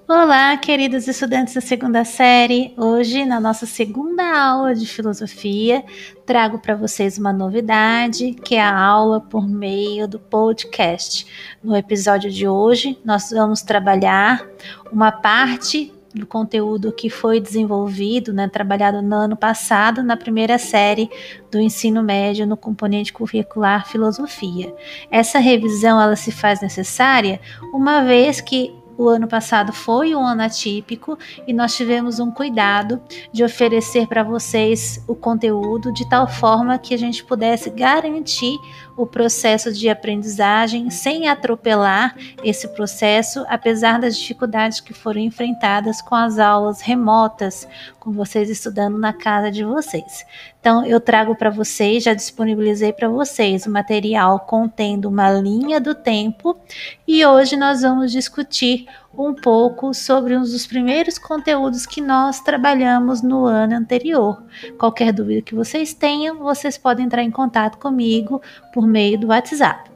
Olá, queridos estudantes da segunda série. Hoje, na nossa segunda aula de filosofia, trago para vocês uma novidade, que é a aula por meio do podcast. No episódio de hoje, nós vamos trabalhar uma parte do conteúdo que foi desenvolvido, trabalhado no ano passado, na primeira série do ensino médio no componente curricular filosofia. Essa revisão ela se faz necessária uma vez que o ano passado foi um ano atípico e nós tivemos um cuidado de oferecer para vocês o conteúdo de tal forma que a gente pudesse garantir o processo de aprendizagem sem atropelar esse processo, apesar das dificuldades que foram enfrentadas com as aulas remotas, com vocês estudando na casa de vocês. Então, eu trago para vocês, já disponibilizei para vocês o material contendo uma linha do tempo e hoje nós vamos discutir um pouco sobre um dos primeiros conteúdos que nós trabalhamos no ano anterior. Qualquer dúvida que vocês tenham, vocês podem entrar em contato comigo por meio do WhatsApp.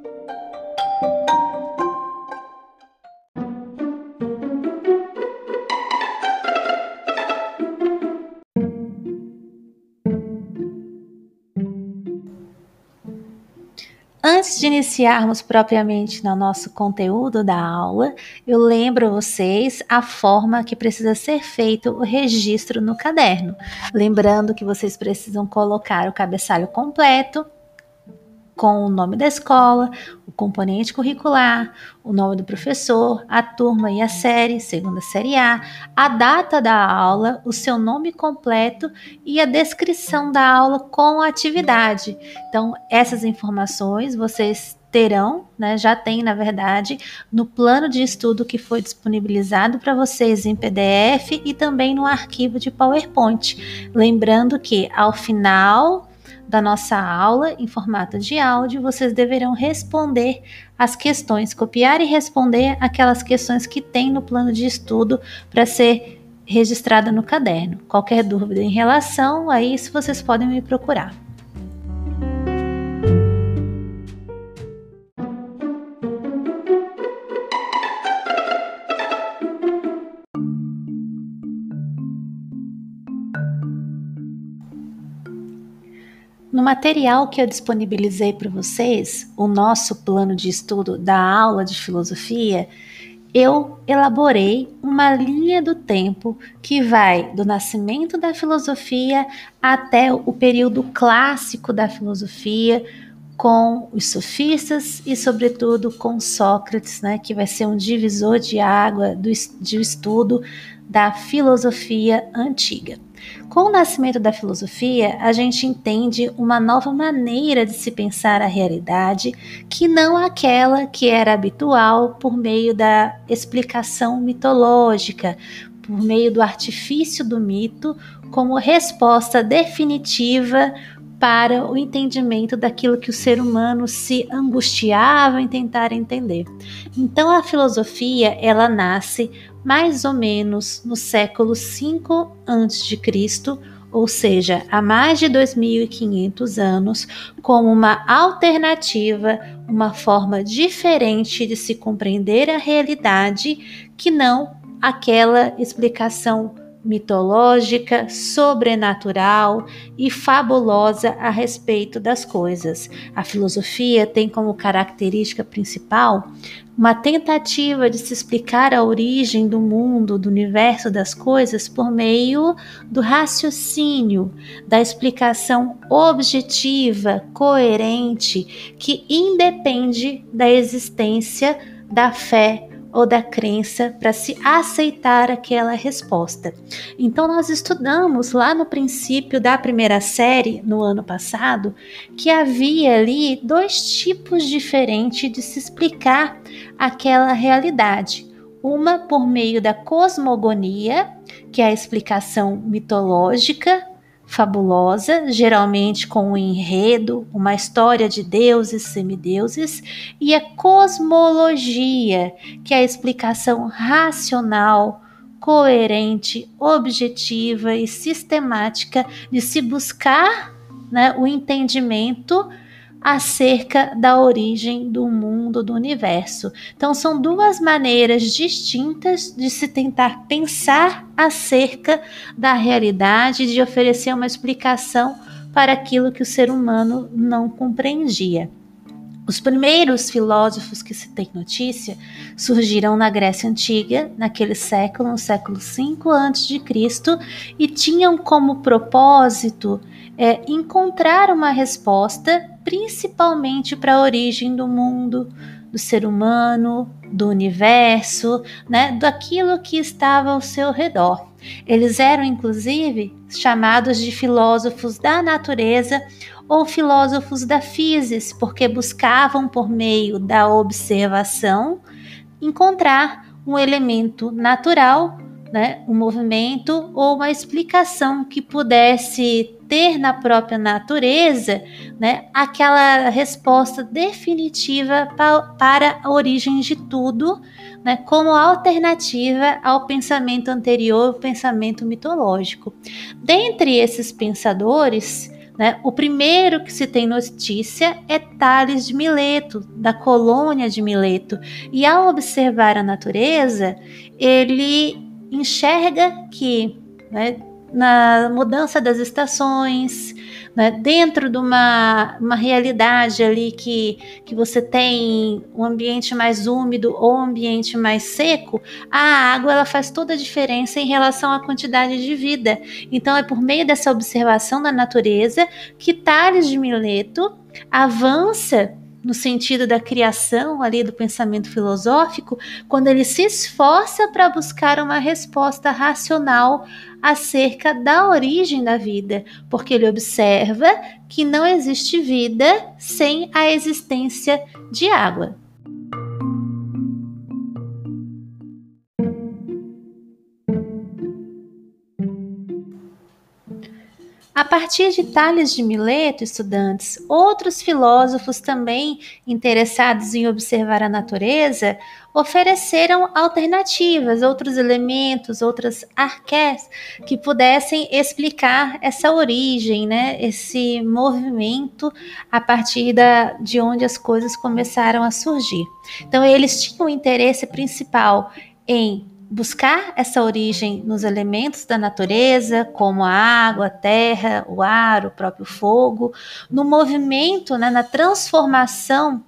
Antes de iniciarmos propriamente no nosso conteúdo da aula, eu lembro a vocês a forma que precisa ser feito o registro no caderno. Lembrando que vocês precisam colocar o cabeçalho completo, com o nome da escola, o componente curricular, o nome do professor, a turma e a série, segunda série a data da aula, o seu nome completo e a descrição da aula com a atividade. Então, essas informações vocês terão, já tem na verdade, no plano de estudo que foi disponibilizado para vocês em PDF e também no arquivo de PowerPoint. Lembrando que ao final da nossa aula em formato de áudio, vocês deverão responder as questões, copiar e responder aquelas questões que tem no plano de estudo para ser registrada no caderno. Qualquer dúvida em relação a isso, vocês podem me procurar. No material que eu disponibilizei para vocês, o nosso plano de estudo da aula de filosofia, eu elaborei uma linha do tempo que vai do nascimento da filosofia até o período clássico da filosofia, com os sofistas e, sobretudo, com Sócrates, que vai ser um divisor de água de estudo da filosofia antiga. Com o nascimento da filosofia, a gente entende uma nova maneira de se pensar a realidade, que não aquela que era habitual por meio da explicação mitológica, por meio do artifício do mito, como resposta definitiva para o entendimento daquilo que o ser humano se angustiava em tentar entender. Então a filosofia, ela nasce mais ou menos no século V a.C., ou seja, há mais de 2.500 anos, como uma alternativa, uma forma diferente de se compreender a realidade, que não aquela explicação mitológica, sobrenatural e fabulosa a respeito das coisas. A filosofia tem como característica principal uma tentativa de se explicar a origem do mundo, do universo das coisas por meio do raciocínio, da explicação objetiva, coerente, que independe da existência da fé ou da crença para se aceitar aquela resposta. Então nós estudamos lá no princípio da primeira série, no ano passado, que havia ali dois tipos diferentes de se explicar aquela realidade. Uma por meio da cosmogonia, que é a explicação mitológica, fabulosa, geralmente com um enredo, uma história de deuses, semideuses, e a cosmologia, que é a explicação racional, coerente, objetiva e sistemática de se buscar o entendimento acerca da origem do mundo, do universo. Então, são duas maneiras distintas de se tentar pensar acerca da realidade, de oferecer uma explicação para aquilo que o ser humano não compreendia. Os primeiros filósofos que se tem notícia surgiram na Grécia Antiga, naquele século, no século V a.C., e tinham como propósito encontrar uma resposta principalmente para a origem do mundo, do ser humano, do universo, né, daquilo que estava ao seu redor. Eles eram, inclusive, chamados de filósofos da natureza ou filósofos da physis, porque buscavam, por meio da observação, encontrar um elemento natural, né, um movimento ou uma explicação que pudesse ter na própria natureza, né, aquela resposta definitiva para a origem de tudo, né, como alternativa ao pensamento anterior, o pensamento mitológico. Dentre esses pensadores, né, o primeiro que se tem notícia é Tales de Mileto, da colônia de Mileto, e ao observar a natureza, ele enxerga que, né, na mudança das estações, né, dentro de uma realidade ali que você tem um ambiente mais úmido ou um ambiente mais seco, a água ela faz toda a diferença em relação à quantidade de vida. Então é por meio dessa observação da natureza que Tales de Mileto avança no sentido da criação ali do pensamento filosófico, quando ele se esforça para buscar uma resposta racional acerca da origem da vida, porque ele observa que não existe vida sem a existência de água. A partir de Tales de Mileto, estudantes, outros filósofos também interessados em observar a natureza ofereceram alternativas, outros elementos, outras arqués que pudessem explicar essa origem, né, esse movimento a partir de onde as coisas começaram a surgir. Então, eles tinham um interesse principal em buscar essa origem nos elementos da natureza, como a água, a terra, o ar, o próprio fogo, no movimento, né, na transformação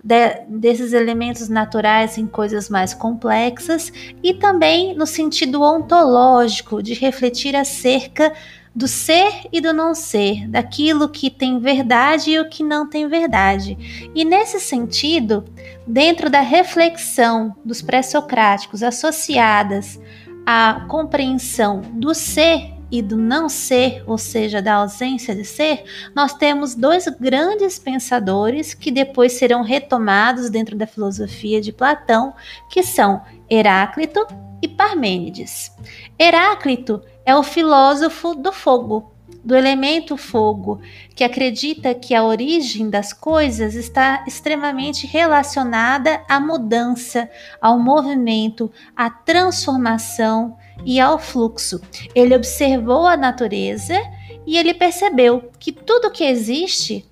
desses elementos naturais em coisas mais complexas, e também no sentido ontológico, de refletir acerca do ser e do não ser, daquilo que tem verdade e o que não tem verdade. E nesse sentido, dentro da reflexão dos pré-socráticos associadas à compreensão do ser e do não ser, ou seja, da ausência de ser, nós temos dois grandes pensadores que depois serão retomados dentro da filosofia de Platão, que são Heráclito e Parmênides. Heráclito é o filósofo do fogo, do elemento fogo, que acredita que a origem das coisas está extremamente relacionada à mudança, ao movimento, à transformação e ao fluxo. Ele observou a natureza e ele percebeu que tudo que existe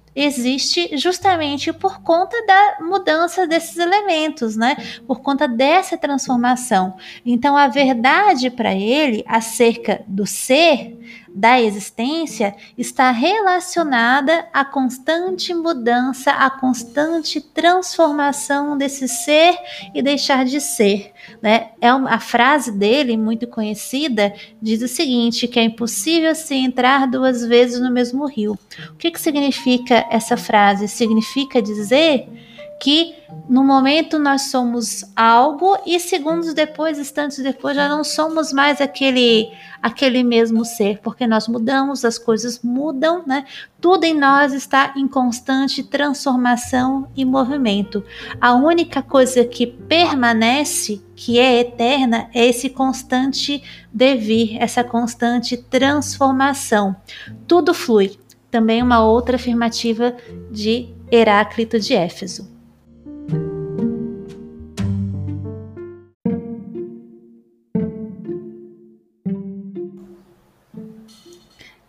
justamente por conta da mudança desses elementos, né? Por conta dessa transformação. Então, a verdade para ele acerca do ser, da existência, está relacionada à constante mudança, à constante transformação desse ser e deixar de ser, né? A frase dele, muito conhecida, diz o seguinte, que é impossível se entrar duas vezes no mesmo rio. O que significa essa frase? Significa dizer que no momento nós somos algo e segundos depois, instantes depois, já não somos mais aquele mesmo ser, porque nós mudamos, as coisas mudam, né? Tudo em nós está em constante transformação e movimento. A única coisa que permanece, que é eterna, é esse constante devir, essa constante transformação. Tudo flui. Também uma outra afirmativa de Heráclito de Éfeso.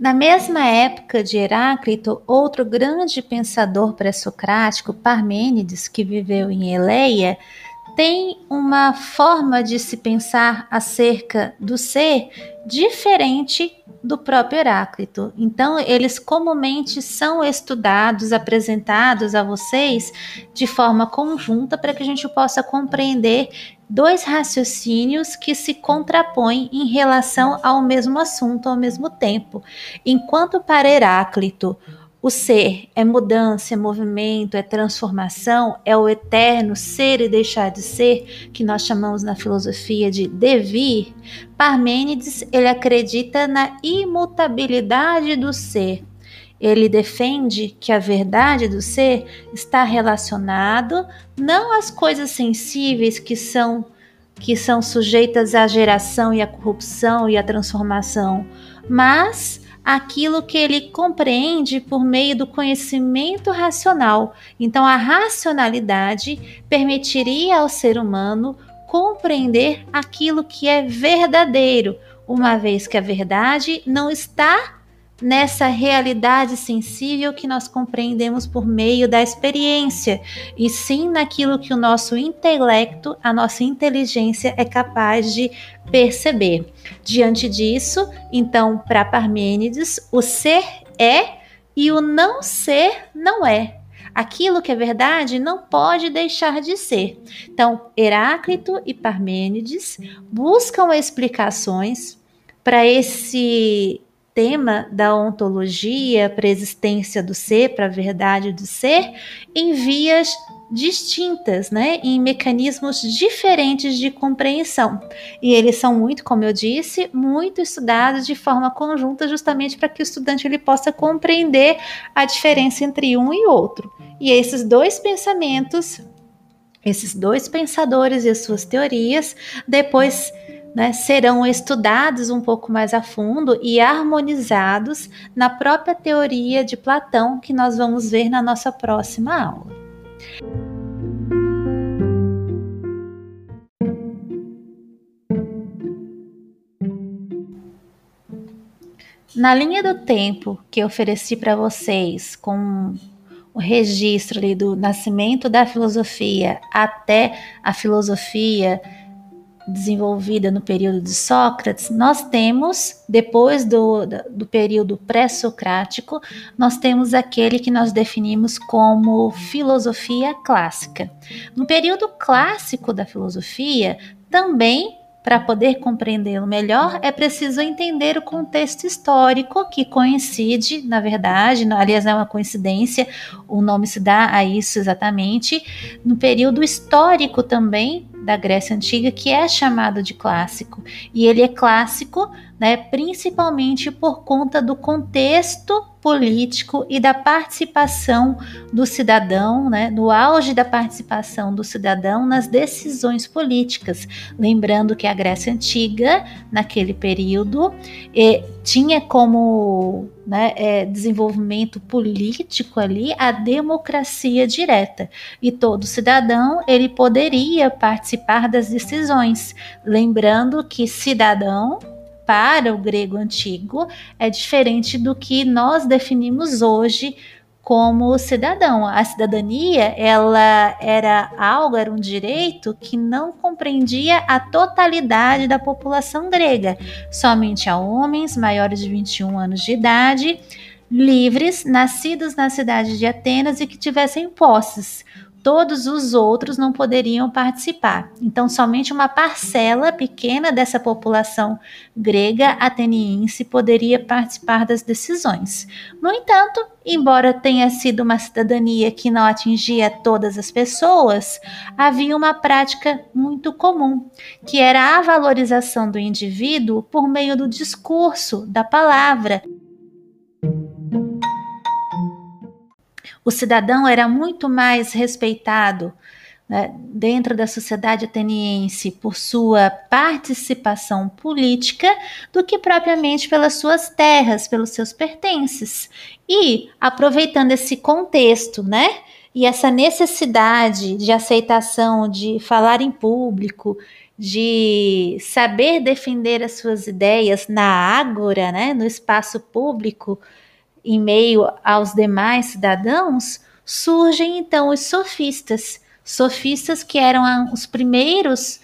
Na mesma época de Heráclito, outro grande pensador pré-socrático, Parmênides, que viveu em Eleia, tem uma forma de se pensar acerca do ser diferente do próprio Heráclito. Então, eles comumente são estudados, apresentados a vocês de forma conjunta para que a gente possa compreender dois raciocínios que se contrapõem em relação ao mesmo assunto ao mesmo tempo. Enquanto para Heráclito o ser é mudança, é movimento, é transformação, é o eterno ser e deixar de ser, que nós chamamos na filosofia de devir. Parmênides, ele acredita na imutabilidade do ser. Ele defende que a verdade do ser está relacionado não às coisas sensíveis que são sujeitas à geração e à corrupção e à transformação, mas aquilo que ele compreende por meio do conhecimento racional. Então, a racionalidade permitiria ao ser humano compreender aquilo que é verdadeiro, uma vez que a verdade não está nessa realidade sensível que nós compreendemos por meio da experiência, e sim naquilo que o nosso intelecto, a nossa inteligência é capaz de perceber. Diante disso, então, para Parmênides, o ser é e o não ser não é. Aquilo que é verdade não pode deixar de ser. Então, Heráclito e Parmênides buscam explicações para esse tema da ontologia, para a existência do ser, para a verdade do ser, em vias distintas, né, em mecanismos diferentes de compreensão. E eles são muito, como eu disse, muito estudados de forma conjunta, justamente para que o estudante ele possa compreender a diferença entre um e outro. E esses dois pensamentos, esses dois pensadores e as suas teorias, depois serão estudados um pouco mais a fundo e harmonizados na própria teoria de Platão, que nós vamos ver na nossa próxima aula. Na linha do tempo que eu ofereci para vocês, com o registro ali do nascimento da filosofia até a filosofia desenvolvida no período de Sócrates, nós temos, depois do período pré-socrático, nós temos aquele que nós definimos como filosofia clássica. No período clássico da filosofia, também, para poder compreendê-lo melhor, é preciso entender o contexto histórico que coincide, na verdade, aliás, não é uma coincidência, o nome se dá a isso exatamente, no período histórico também da Grécia Antiga, que é chamado de clássico. E ele é clássico, principalmente por conta do contexto político e da participação do cidadão, no auge da participação do cidadão nas decisões políticas. Lembrando que a Grécia Antiga, naquele período, tinha como desenvolvimento político ali a democracia direta, e todo cidadão ele poderia participar das decisões. Lembrando que cidadão, para o grego antigo, é diferente do que nós definimos hoje como cidadão. A cidadania, ela era um direito que não compreendia a totalidade da população grega, somente a homens maiores de 21 anos de idade, livres, nascidos na cidade de Atenas e que tivessem posses. Todos os outros não poderiam participar. Então, somente uma parcela pequena dessa população grega ateniense poderia participar das decisões. No entanto, embora tenha sido uma cidadania que não atingia todas as pessoas, havia uma prática muito comum, que era a valorização do indivíduo por meio do discurso, da palavra. O cidadão era muito mais respeitado dentro da sociedade ateniense por sua participação política do que propriamente pelas suas terras, pelos seus pertences. E, aproveitando esse contexto, E essa necessidade de aceitação, de falar em público, de saber defender as suas ideias na ágora, né, no espaço público, em meio aos demais cidadãos, surgem então os sofistas. Sofistas que eram os primeiros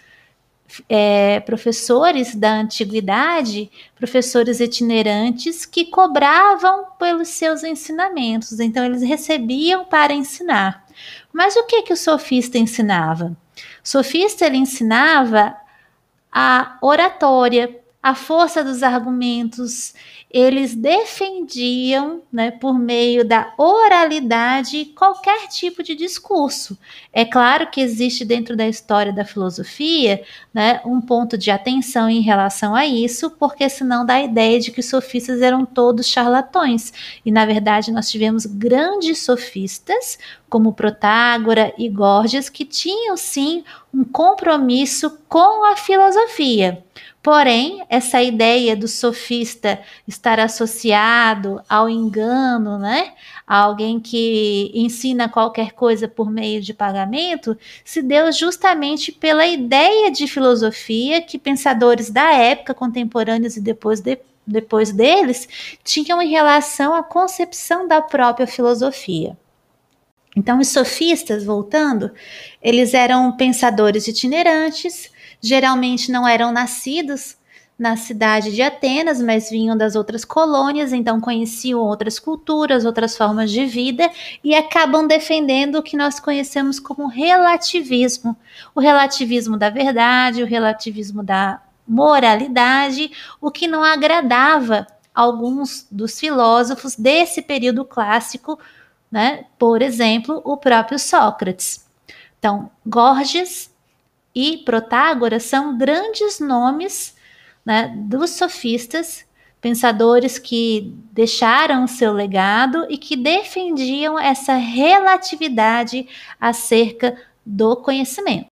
professores da antiguidade, professores itinerantes que cobravam pelos seus ensinamentos. Então, eles recebiam para ensinar. Mas o que o sofista ensinava? O sofista ele ensinava a oratória, a força dos argumentos. Eles defendiam, né, por meio da oralidade, qualquer tipo de discurso. É claro que existe dentro da história da filosofia, né, um ponto de atenção em relação a isso, porque senão dá a ideia de que os sofistas eram todos charlatões. E, na verdade, nós tivemos grandes sofistas, como Protágora e Górgias, que tinham, sim, um compromisso com a filosofia. Porém, essa ideia do sofista estar associado ao engano, né? A alguém que ensina qualquer coisa por meio de pagamento, se deu justamente pela ideia de filosofia que pensadores da época, contemporâneos e depois deles, tinham em relação à concepção da própria filosofia. Então, os sofistas, voltando, eles eram pensadores itinerantes, geralmente não eram nascidos na cidade de Atenas, mas vinham das outras colônias, então conheciam outras culturas, outras formas de vida e acabam defendendo o que nós conhecemos como relativismo. O relativismo da verdade, o relativismo da moralidade, o que não agradava alguns dos filósofos desse período clássico, né? Por exemplo, o próprio Sócrates. Então, Górgias e Protágoras são grandes nomes, né, dos sofistas, pensadores que deixaram o seu legado e que defendiam essa relatividade acerca do conhecimento.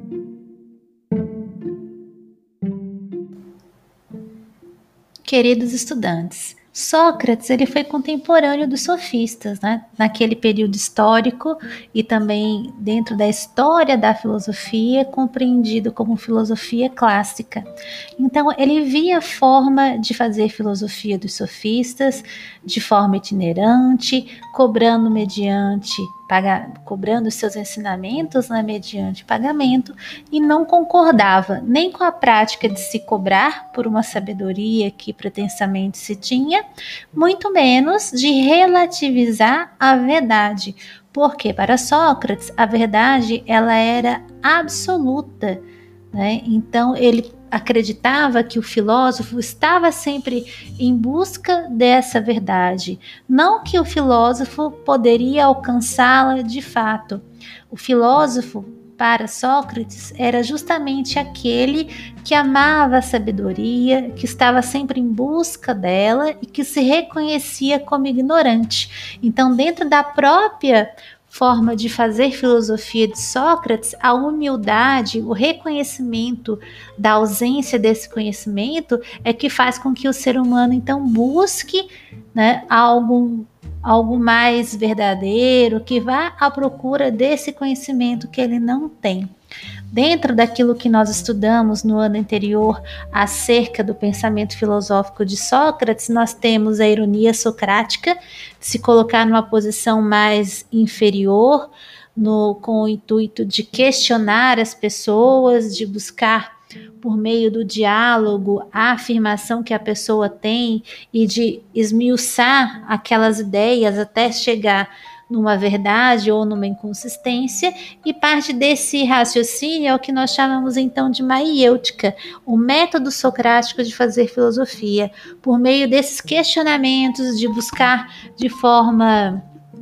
Queridos estudantes, Sócrates ele foi contemporâneo dos sofistas, né? Naquele período histórico e também dentro da história da filosofia, compreendido como filosofia clássica. Então, ele via a forma de fazer filosofia dos sofistas de forma itinerante, cobrando seus ensinamentos, né, mediante pagamento, e não concordava nem com a prática de se cobrar por uma sabedoria que pretensamente se tinha, muito menos de relativizar a verdade, porque para Sócrates a verdade ela era absoluta, né? Então ele acreditava que o filósofo estava sempre em busca dessa verdade, não que o filósofo poderia alcançá-la de fato. O filósofo, para Sócrates, era justamente aquele que amava a sabedoria, que estava sempre em busca dela e que se reconhecia como ignorante. Então, dentro da própria forma de fazer filosofia de Sócrates, a humildade, o reconhecimento da ausência desse conhecimento é que faz com que o ser humano então busque, né, algo mais verdadeiro, que vá à procura desse conhecimento que ele não tem. Dentro daquilo que nós estudamos no ano anterior acerca do pensamento filosófico de Sócrates, nós temos a ironia socrática, de se colocar numa posição mais inferior, com o intuito de questionar as pessoas, de buscar por meio do diálogo a afirmação que a pessoa tem e de esmiuçar aquelas ideias até chegar numa verdade ou numa inconsistência, e parte desse raciocínio é o que nós chamamos então de maiêutica, o método socrático de fazer filosofia, por meio desses questionamentos, de buscar de forma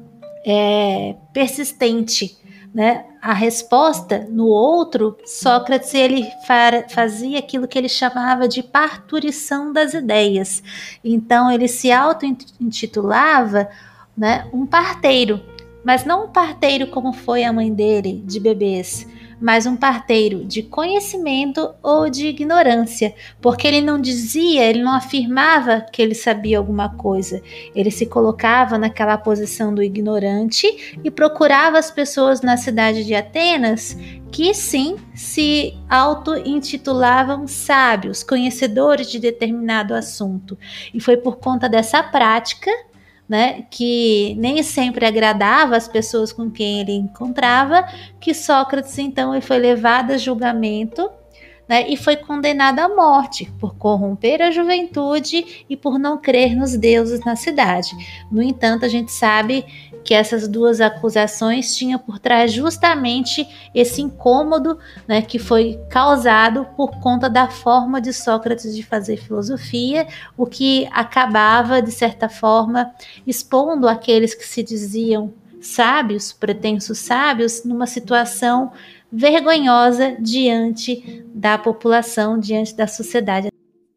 persistente, né, a resposta no outro. Sócrates ele fazia aquilo que ele chamava de parturição das ideias. Então ele se auto-intitulava, né, um parteiro, mas não um parteiro como foi a mãe dele, de bebês, mas um parteiro de conhecimento ou de ignorância, porque ele não dizia, ele não afirmava que ele sabia alguma coisa, ele se colocava naquela posição do ignorante e procurava as pessoas na cidade de Atenas que sim se auto-intitulavam sábios, conhecedores de determinado assunto. E foi por conta dessa prática, né, que nem sempre agradava as pessoas com quem ele encontrava, que Sócrates então ele foi levado a julgamento, né, e foi condenado à morte por corromper a juventude e por não crer nos deuses na cidade. No entanto, a gente sabe que essas duas acusações tinham por trás justamente esse incômodo, né, que foi causado por conta da forma de Sócrates de fazer filosofia, o que acabava, de certa forma, expondo aqueles que se diziam sábios, pretensos sábios, numa situação vergonhosa diante da população, diante da sociedade.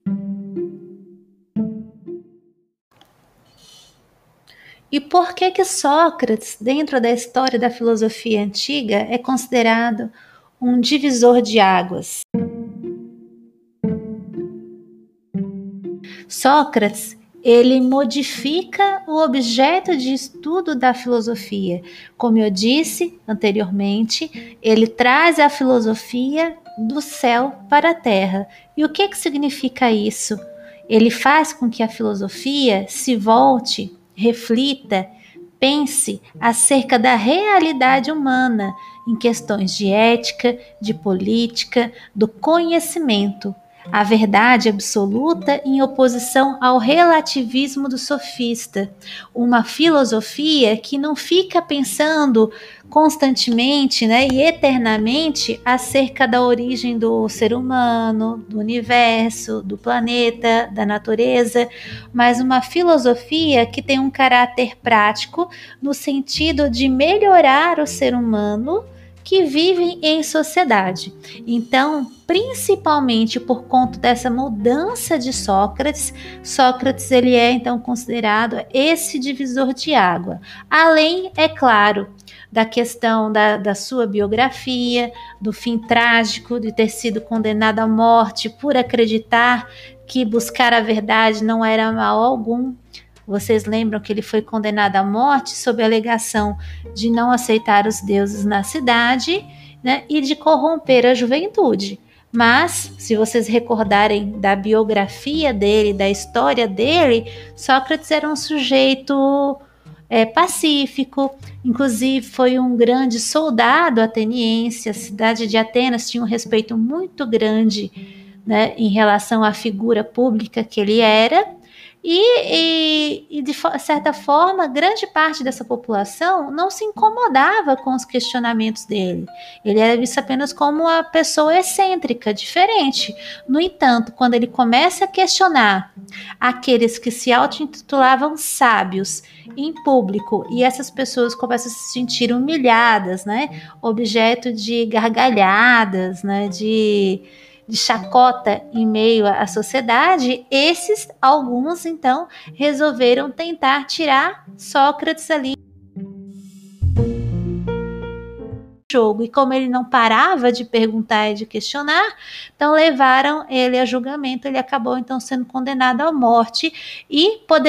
E por que Sócrates, dentro da história da filosofia antiga, é considerado um divisor de águas? Sócrates, ele modifica o objeto de estudo da filosofia. Como eu disse anteriormente, ele traz a filosofia do céu para a terra. E o que significa isso? Ele faz com que a filosofia se volte, reflita, pense acerca da realidade humana em questões de ética, de política, do conhecimento. A verdade absoluta em oposição ao relativismo do sofista. Uma filosofia que não fica pensando constantemente, né, e eternamente acerca da origem do ser humano, do universo, do planeta, da natureza, mas uma filosofia que tem um caráter prático no sentido de melhorar o ser humano que vivem em sociedade. Então, principalmente por conta dessa mudança de Sócrates, Sócrates ele é então considerado esse divisor de água. Além, é claro, da questão da sua biografia, do fim trágico de ter sido condenado à morte por acreditar que buscar a verdade não era mal algum. Vocês lembram que ele foi condenado à morte sob a alegação de não aceitar os deuses na cidade, né, e de corromper a juventude. Mas, se vocês recordarem da biografia dele, da história dele, Sócrates era um sujeito pacífico, inclusive foi um grande soldado ateniense. A cidade de Atenas tinha um respeito muito grande, né, em relação à figura pública que ele era. E de certa forma, grande parte dessa população não se incomodava com os questionamentos dele. Ele era visto apenas como uma pessoa excêntrica, diferente. No entanto, quando ele começa a questionar aqueles que se auto-intitulavam sábios em público, e essas pessoas começam a se sentir humilhadas, né? Objeto de gargalhadas, né? De chacota em meio à sociedade, esses, alguns, então, resolveram tentar tirar Sócrates ali do jogo. E como ele não parava de perguntar e de questionar, então levaram ele a julgamento. Ele acabou, então, sendo condenado à morte e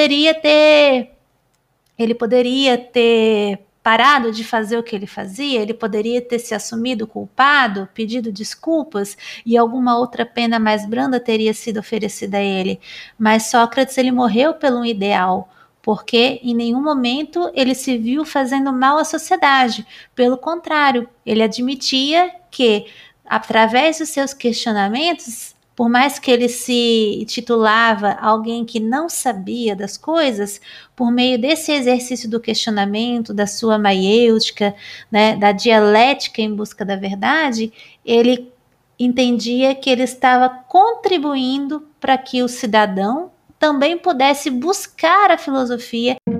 ele poderia ter parado de fazer o que ele fazia, ele poderia ter se assumido culpado, pedido desculpas e alguma outra pena mais branda teria sido oferecida a ele. Mas Sócrates, ele morreu pelo ideal, porque em nenhum momento ele se viu fazendo mal à sociedade. Pelo contrário, ele admitia que, através dos seus questionamentos, por mais que ele se titulava alguém que não sabia das coisas, por meio desse exercício do questionamento, da sua maiêutica, né, da dialética em busca da verdade, ele entendia que ele estava contribuindo para que o cidadão também pudesse buscar a filosofia